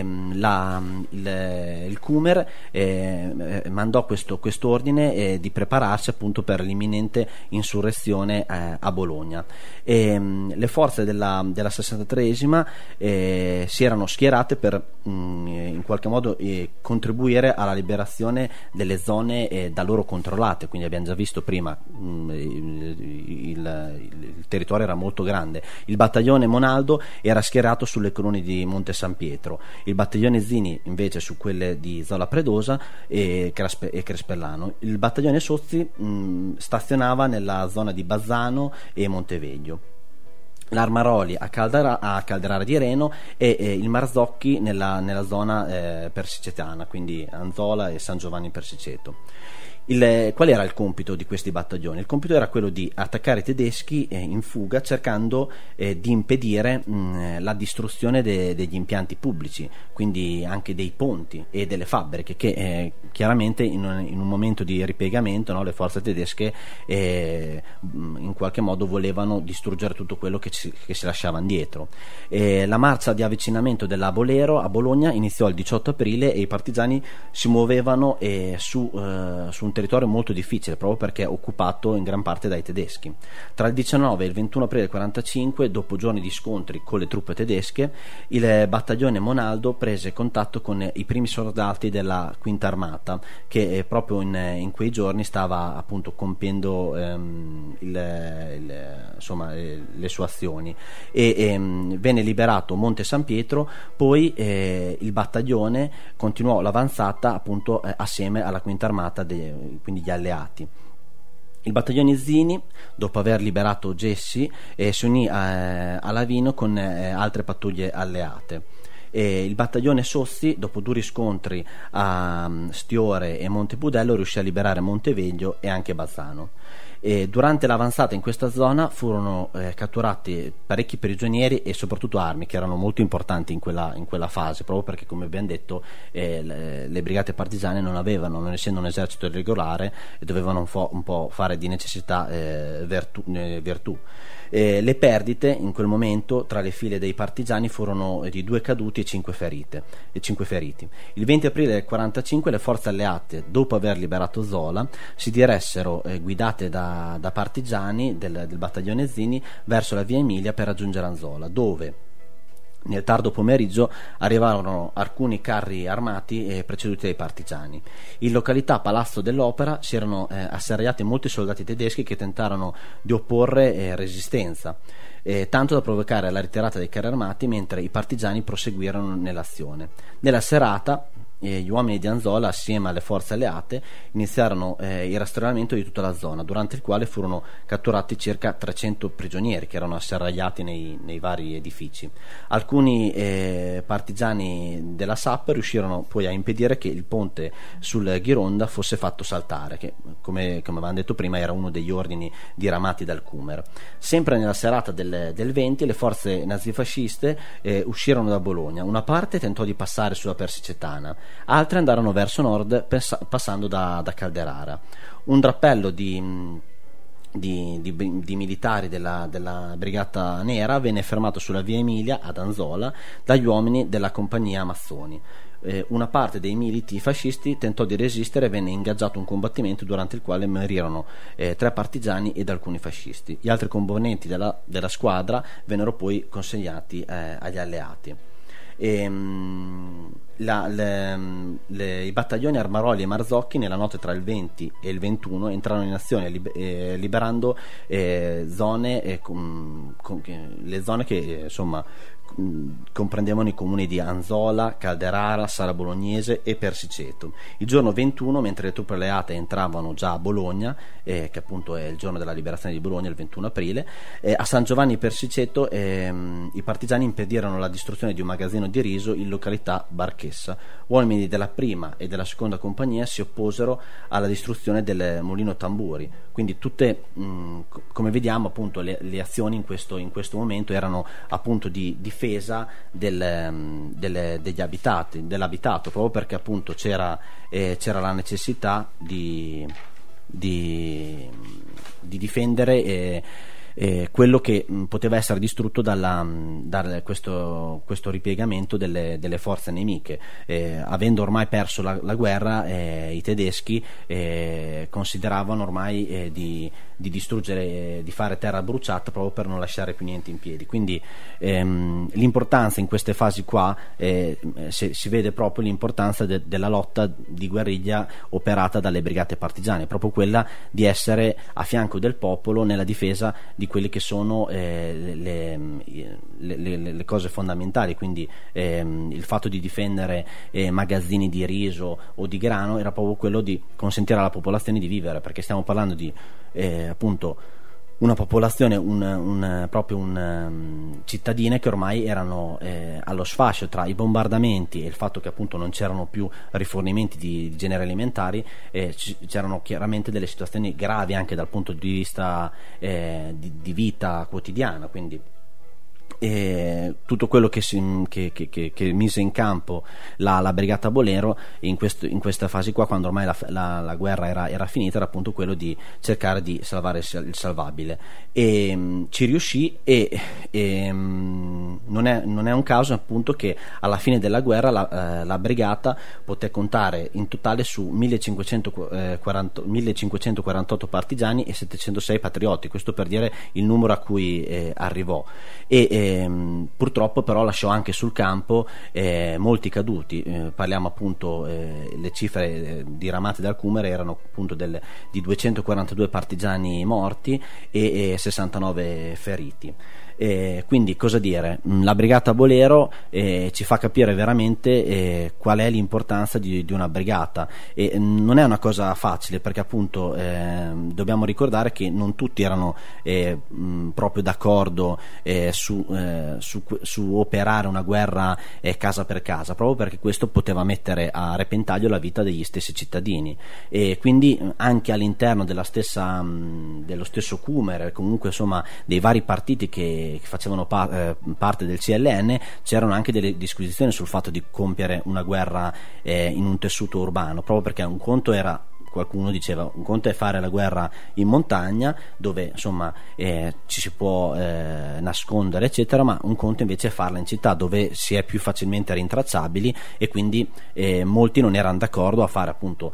il Cumer mandò questo ordine di prepararsi appunto per l'imminente insurrezione a Bologna. Le forze della 63esima si erano schierate per in qualche modo contribuire alla liberazione delle zone da loro controllate. Quindi abbiamo già visto prima il territorio era molto grande. Il battaglione Monaldo era schierato sulle colonne di Monte San Pietro, il battaglione Zini invece su quelle di Zola Predosa e Crespellano. Il battaglione Sozzi stazionava nella zona di Bazzano e Monteveglio, l'Armaroli a Calderara di Reno e il Marzocchi nella zona persicetana, quindi Anzola e San Giovanni Persiceto. Qual era il compito di questi battaglioni? Il compito era quello di attaccare i tedeschi in fuga, cercando di impedire la distruzione degli impianti pubblici, quindi anche dei ponti e delle fabbriche che chiaramente in un momento di ripiegamento, no, le forze tedesche in qualche modo volevano distruggere tutto quello che si lasciava indietro. La marcia di avvicinamento della Bolero a Bologna iniziò il 18 aprile e i partigiani si muovevano su un territorio molto difficile, proprio perché occupato in gran parte dai tedeschi. Tra il 19 e il 21 aprile del 45, dopo giorni di scontri con le truppe tedesche, il battaglione Monaldo prese contatto con i primi soldati della Quinta Armata, che proprio in quei giorni stava appunto compiendo le sue azioni, e venne liberato Monte San Pietro. Poi il battaglione continuò l'avanzata appunto assieme alla Quinta Armata, quindi gli alleati. Il battaglione Zini, dopo aver liberato Gessi, si unì a Lavino con altre pattuglie alleate. Il battaglione Sozzi, dopo duri scontri a Stiore e Montepudello, riuscì a liberare Monteveglio e anche Bazzano. Durante l'avanzata in questa zona furono catturati parecchi prigionieri e soprattutto armi, che erano molto importanti in quella fase, proprio perché, come abbiamo detto, le brigate partigiane non essendo un esercito regolare, dovevano un po' fare di necessità virtù. Le perdite in quel momento tra le file dei partigiani furono di 2 caduti e 5 feriti. Il 20 aprile del 45 le forze alleate, dopo aver liberato Zola, si diressero guidate da partigiani del battaglione Zini verso la via Emilia per raggiungere Anzola, dove nel tardo pomeriggio arrivarono alcuni carri armati preceduti dai partigiani. In località Palazzo dell'Opera si erano asserragliati molti soldati tedeschi che tentarono di opporre resistenza, tanto da provocare la ritirata dei carri armati, mentre i partigiani proseguirono nell'azione. Nella serata gli uomini di Anzola, assieme alle forze alleate, iniziarono il rastrellamento di tutta la zona, durante il quale furono catturati circa 300 prigionieri che erano asserragliati nei vari edifici. Alcuni partigiani della SAP riuscirono poi a impedire che il ponte sul Ghironda fosse fatto saltare, che come avevamo detto prima era uno degli ordini diramati dal Cumer. Sempre nella serata del 20 le forze nazifasciste uscirono da Bologna. Una parte tentò di passare sulla Persicetana, altre andarono verso nord passando da Calderara. Un drappello di militari della Brigata Nera venne fermato sulla via Emilia ad Anzola dagli uomini della compagnia Mazzoni. Una parte dei militi fascisti tentò di resistere e venne ingaggiato un combattimento durante il quale morirono 3 partigiani ed alcuni fascisti. Gli altri componenti della squadra vennero poi consegnati agli alleati. i battaglioni Armaroli e Marzocchi nella notte tra il 20 e il 21 entrarono in azione liberando zone, le zone che insomma comprendevano i comuni di Anzola, Calderara, Sala Bolognese e Persiceto. Il giorno 21, mentre le truppe alleate entravano già a Bologna, che appunto è il giorno della liberazione di Bologna, il 21 aprile, a San Giovanni Persiceto i partigiani impedirono la distruzione di un magazzino di riso in località Barchessa. Uomini della prima e della seconda compagnia si opposero alla distruzione del mulino Tamburi. Quindi tutte, come vediamo, appunto le azioni in questo momento erano appunto di difesa degli abitati, dell'abitato, proprio perché appunto c'era la necessità di difendere quello che poteva essere distrutto da questo ripiegamento delle forze nemiche. Avendo ormai perso la guerra, i tedeschi consideravano ormai di distruggere, di fare terra bruciata proprio per non lasciare più niente in piedi. Quindi l'importanza in queste fasi qua si vede proprio l'importanza della lotta di guerriglia operata dalle brigate partigiane, proprio quella di essere a fianco del popolo nella difesa di quelle che sono le cose fondamentali. Quindi il fatto di difendere magazzini di riso o di grano era proprio quello di consentire alla popolazione di vivere, perché stiamo parlando di appunto una popolazione, cittadine che ormai erano allo sfascio tra i bombardamenti e il fatto che appunto non c'erano più rifornimenti di generi alimentari. C'erano chiaramente delle situazioni gravi anche dal punto di vista di vita quotidiana. Quindi tutto quello che mise in campo la Brigata Bolero in questa fase qua, quando ormai la guerra era finita, era appunto quello di cercare di salvare il salvabile, e ci riuscì. Non è un caso appunto che alla fine della guerra la brigata poté contare in totale su 1548 partigiani e 706 patrioti, questo per dire il numero a cui arrivò. Purtroppo però lasciò anche sul campo molti caduti. Parliamo appunto, le cifre diramate dal Cumere erano appunto di 242 partigiani morti e 69 feriti. Quindi cosa dire? La Brigata Bolero ci fa capire veramente qual è l'importanza di una brigata, e non è una cosa facile, perché appunto dobbiamo ricordare che non tutti erano proprio d'accordo su operare una guerra casa per casa, proprio perché questo poteva mettere a repentaglio la vita degli stessi cittadini. E quindi anche all'interno dello stesso Cumere, comunque insomma dei vari partiti che facevano parte del CLN, c'erano anche delle disquisizioni sul fatto di compiere una guerra in un tessuto urbano, proprio perché un conto era, qualcuno diceva, un conto è fare la guerra in montagna dove insomma ci si può nascondere eccetera, ma un conto invece è farla in città dove si è più facilmente rintracciabili, e quindi molti non erano d'accordo a fare appunto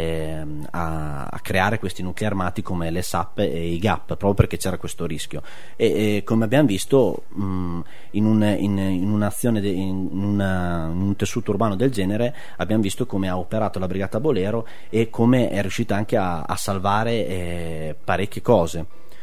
a creare questi nuclei armati come le SAP e i GAP, proprio perché c'era questo rischio. E come abbiamo visto in un'azione in un tessuto urbano del genere, abbiamo visto come ha operato la Brigata Bolero e come è riuscita anche a salvare parecchie cose.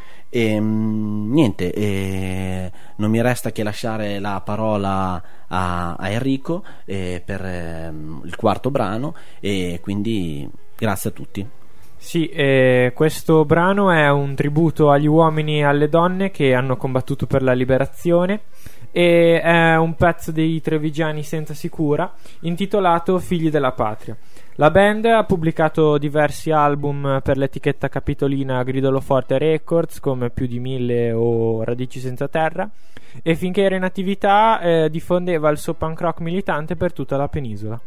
Niente, non mi resta che lasciare la parola a Enrico per il quarto brano, e quindi grazie a tutti. Sì, questo brano è un tributo agli uomini e alle donne che hanno combattuto per la liberazione, e è un pezzo dei Trevigiani Senza Sicura intitolato Figli della Patria. La band ha pubblicato diversi album per l'etichetta capitolina Gridolo Forte Records, come Più di 1000 o Radici Senza Terra, e finché era in attività diffondeva il suo punk rock militante per tutta la penisola.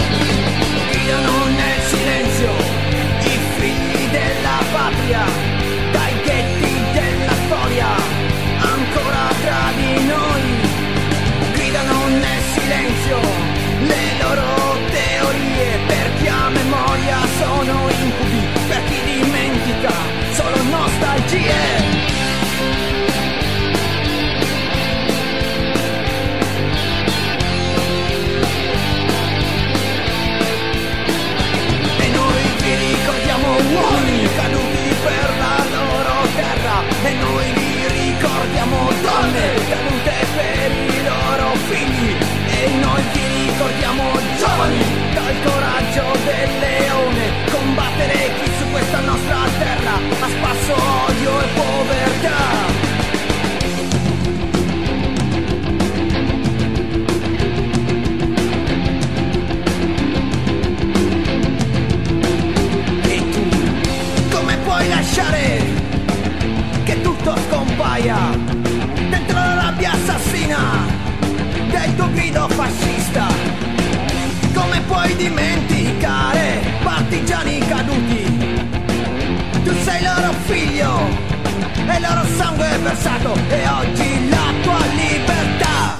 Gridano nel silenzio i figli della patria. dimenticare, partigiani caduti. Tu sei loro figlio e il loro sangue è versato, e oggi la tua libertà.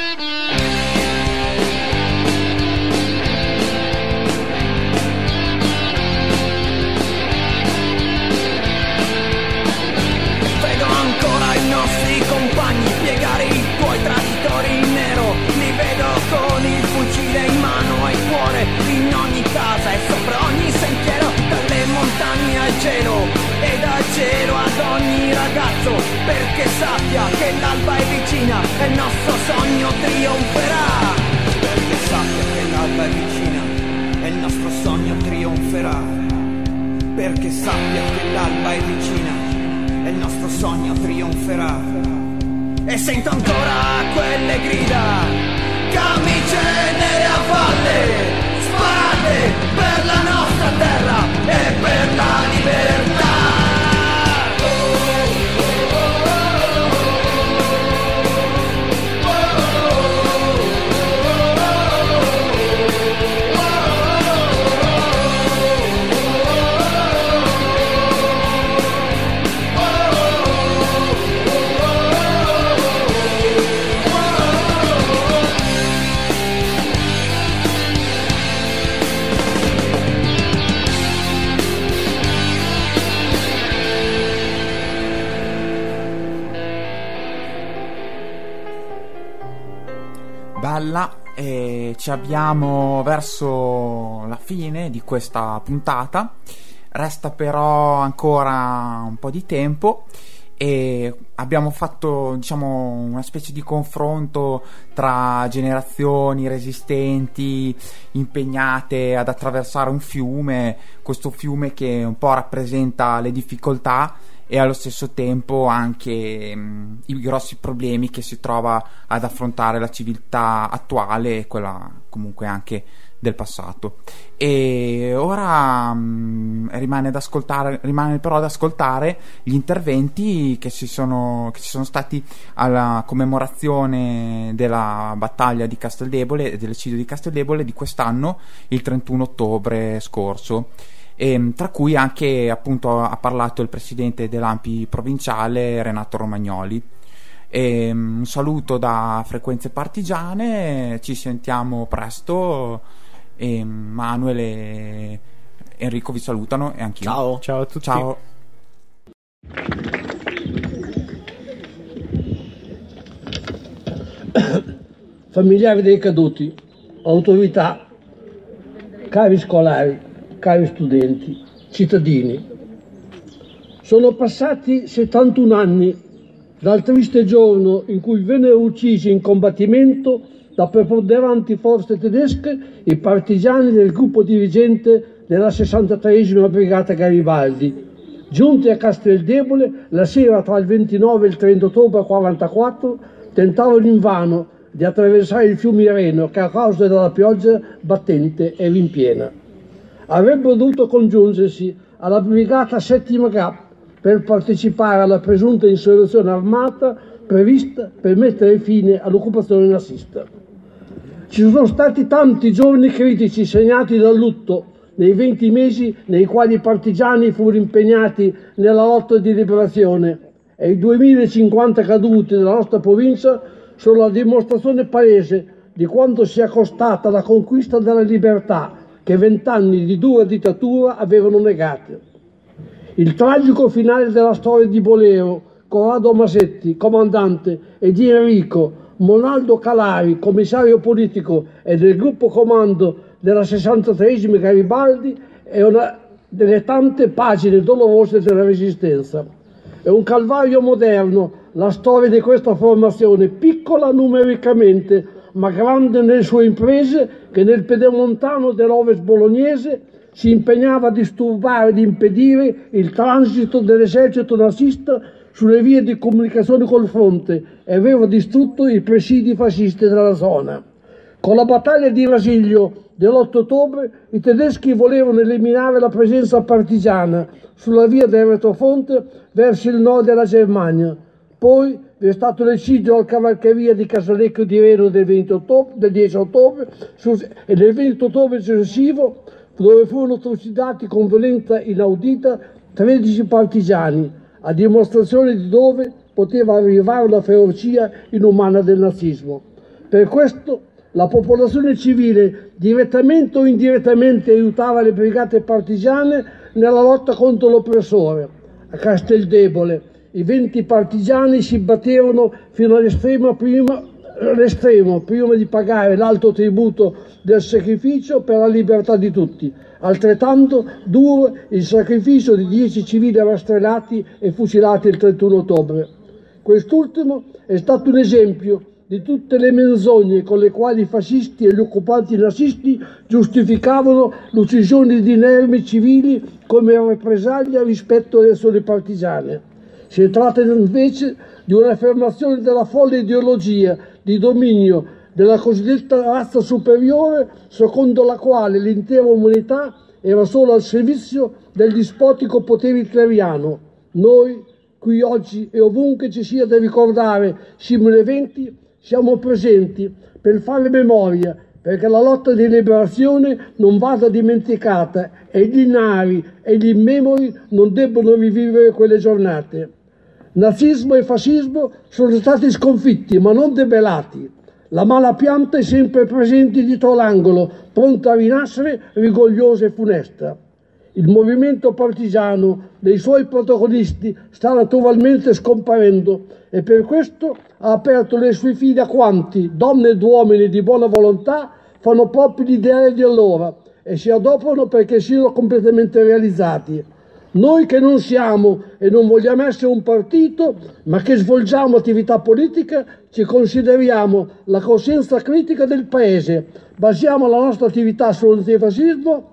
Vedo ancora i nostri compagni piegare i tuoi traditori in nero, li vedo con il fucile in mano e il cuore in ogni casa e sopra ogni sentiero, dalle montagne al cielo e dal cielo ad ogni ragazzo, perché sappia che l'alba è vicina e il nostro sogno trionferà. Perché sappia che l'alba è vicina e il nostro sogno trionferà. Perché sappia che l'alba è vicina e il nostro sogno trionferà. E sento ancora quelle grida, camicie nere a valle, sparate per la nostra terra e per la libertà. Bella, e ci abbiamo verso la fine di questa puntata. Resta però ancora un po' di tempo e abbiamo fatto, diciamo, una specie di confronto tra generazioni resistenti impegnate ad attraversare un fiume, questo fiume che un po' rappresenta le difficoltà e allo stesso tempo anche i grossi problemi che si trova ad affrontare la civiltà attuale e quella comunque anche del passato. E ora rimane però ad ascoltare gli interventi che ci sono stati alla commemorazione della battaglia di Casteldebole e dell'eccidio di Casteldebole di quest'anno, il 31 ottobre scorso. Tra cui anche appunto ha parlato il presidente dell'ANPI provinciale Renato Romagnoli. Un saluto da Frequenze Partigiane, ci sentiamo presto. Manuel e Enrico vi salutano e anch'io. Ciao a tutti. Ciao. Familiari dei caduti, autorità, cari scolari, cari studenti, cittadini, sono passati 71 anni dal triste giorno in cui vennero uccisi in combattimento da preponderanti forze tedesche i partigiani del gruppo dirigente della 63esima Brigata Garibaldi, giunti a Casteldebole la sera tra il 29 e il 30 ottobre 1944, tentavano invano di attraversare il fiume Reno che a causa della pioggia battente era in piena. Avrebbero dovuto congiungersi alla Brigata 7ª GAP per partecipare alla presunta insurrezione armata prevista per mettere fine all'occupazione nazista. Ci sono stati tanti giorni critici segnati dal lutto nei 20 mesi nei quali i partigiani furono impegnati nella lotta di liberazione, e i 2050 caduti della nostra provincia sono la dimostrazione palese di quanto sia costata la conquista della libertà che 20 anni di dura dittatura avevano negato. Il tragico finale della storia di Bolero, Corrado Masetti, comandante, e di Enrico, Monaldo Calari, commissario politico e del gruppo comando della 63esima Garibaldi, è una delle tante pagine dolorose della Resistenza. È un calvario moderno la storia di questa formazione, piccola numericamente, ma grande nelle sue imprese, che nel pedemontano dell'Ovest bolognese si impegnava a disturbare ed impedire il transito dell'esercito nazista sulle vie di comunicazione col fronte e aveva distrutto i presidi fascisti della zona. Con la battaglia di Rasilio dell'8 ottobre i tedeschi volevano eliminare la presenza partigiana sulla via del retrofonte verso il nord della Germania. Poi vi è stato l'eccidio al cavalcheria di Casalecchio di Reno del 10 ottobre e del 20 ottobre successivo, dove furono trucidati con violenza inaudita 13 partigiani, a dimostrazione di dove poteva arrivare la ferocia inumana del nazismo. Per questo la popolazione civile, direttamente o indirettamente, aiutava le brigate partigiane nella lotta contro l'oppressore. A Casteldebole i 20 partigiani si batterono fino all'estremo prima di pagare l'alto tributo del sacrificio per la libertà di tutti. Altrettanto duro il sacrificio di 10 civili rastrellati e fucilati il 31 ottobre. Quest'ultimo è stato un esempio di tutte le menzogne con le quali i fascisti e gli occupanti nazisti giustificavano l'uccisione di inermi civili come rappresaglia rispetto alle sole partigiane. Si tratta invece di un'affermazione della folle ideologia di dominio della cosiddetta razza superiore, secondo la quale l'intera umanità era solo al servizio del dispotico potere hitleriano. Noi, qui oggi e ovunque ci sia da ricordare simili eventi, siamo presenti per fare memoria, perché la lotta di liberazione non vada dimenticata e gli ignari e gli immemori non debbono rivivere quelle giornate. Nazismo e fascismo sono stati sconfitti, ma non debellati. La mala pianta è sempre presente dietro l'angolo, pronta a rinascere, rigogliosa e funesta. Il movimento partigiano dei suoi protagonisti sta naturalmente scomparendo e per questo ha aperto le sue file a quanti, donne ed uomini di buona volontà, fanno proprio l'ideale di allora e si adoperano perché siano completamente realizzati. Noi che non siamo e non vogliamo essere un partito, ma che svolgiamo attività politica, ci consideriamo la coscienza critica del Paese, basiamo la nostra attività sull'antifascismo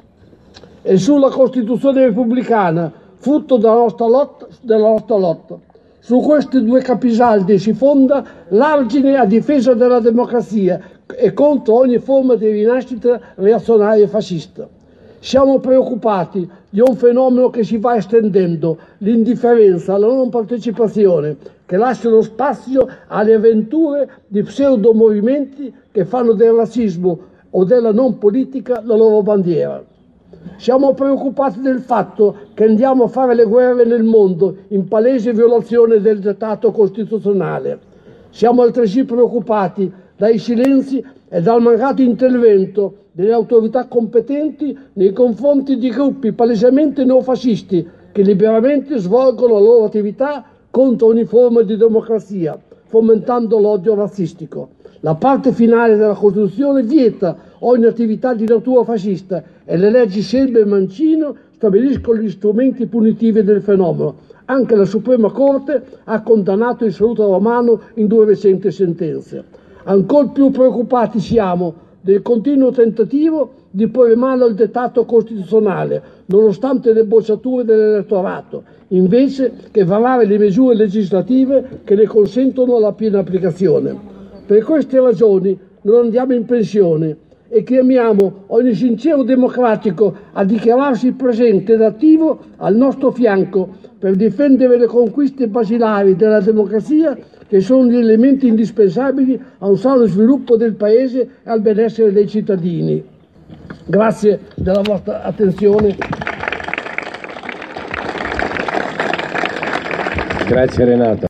e sulla Costituzione repubblicana, frutto della nostra lotta. Su questi due capisaldi si fonda l'argine a difesa della democrazia e contro ogni forma di rinascita reazionaria e fascista. Siamo preoccupati di un fenomeno che si va estendendo, l'indifferenza, la non partecipazione, che lasciano spazio alle avventure di pseudo-movimenti che fanno del razzismo o della non politica la loro bandiera. Siamo preoccupati del fatto che andiamo a fare le guerre nel mondo in palese violazione del dettato costituzionale. Siamo altresì preoccupati dai silenzi e dal mancato intervento delle autorità competenti nei confronti di gruppi palesemente neofascisti che liberamente svolgono la loro attività contro ogni forma di democrazia, fomentando l'odio razzistico. La parte finale della Costituzione vieta ogni attività di natura fascista e le leggi Selbe e Mancino stabiliscono gli strumenti punitivi del fenomeno. Anche la Suprema Corte ha condannato il Saluto Romano in 2 recenti sentenze. Ancor più preoccupati siamo del continuo tentativo di porre mano al dettato costituzionale, nonostante le bocciature dell'elettorato, invece che varare le misure legislative che ne consentono la piena applicazione. Per queste ragioni non andiamo in pensione e chiamiamo ogni sincero democratico a dichiararsi presente ed attivo al nostro fianco per difendere le conquiste basilari della democrazia, che sono gli elementi indispensabili a un sano sviluppo del Paese e al benessere dei cittadini. Grazie della vostra attenzione. Grazie Renato.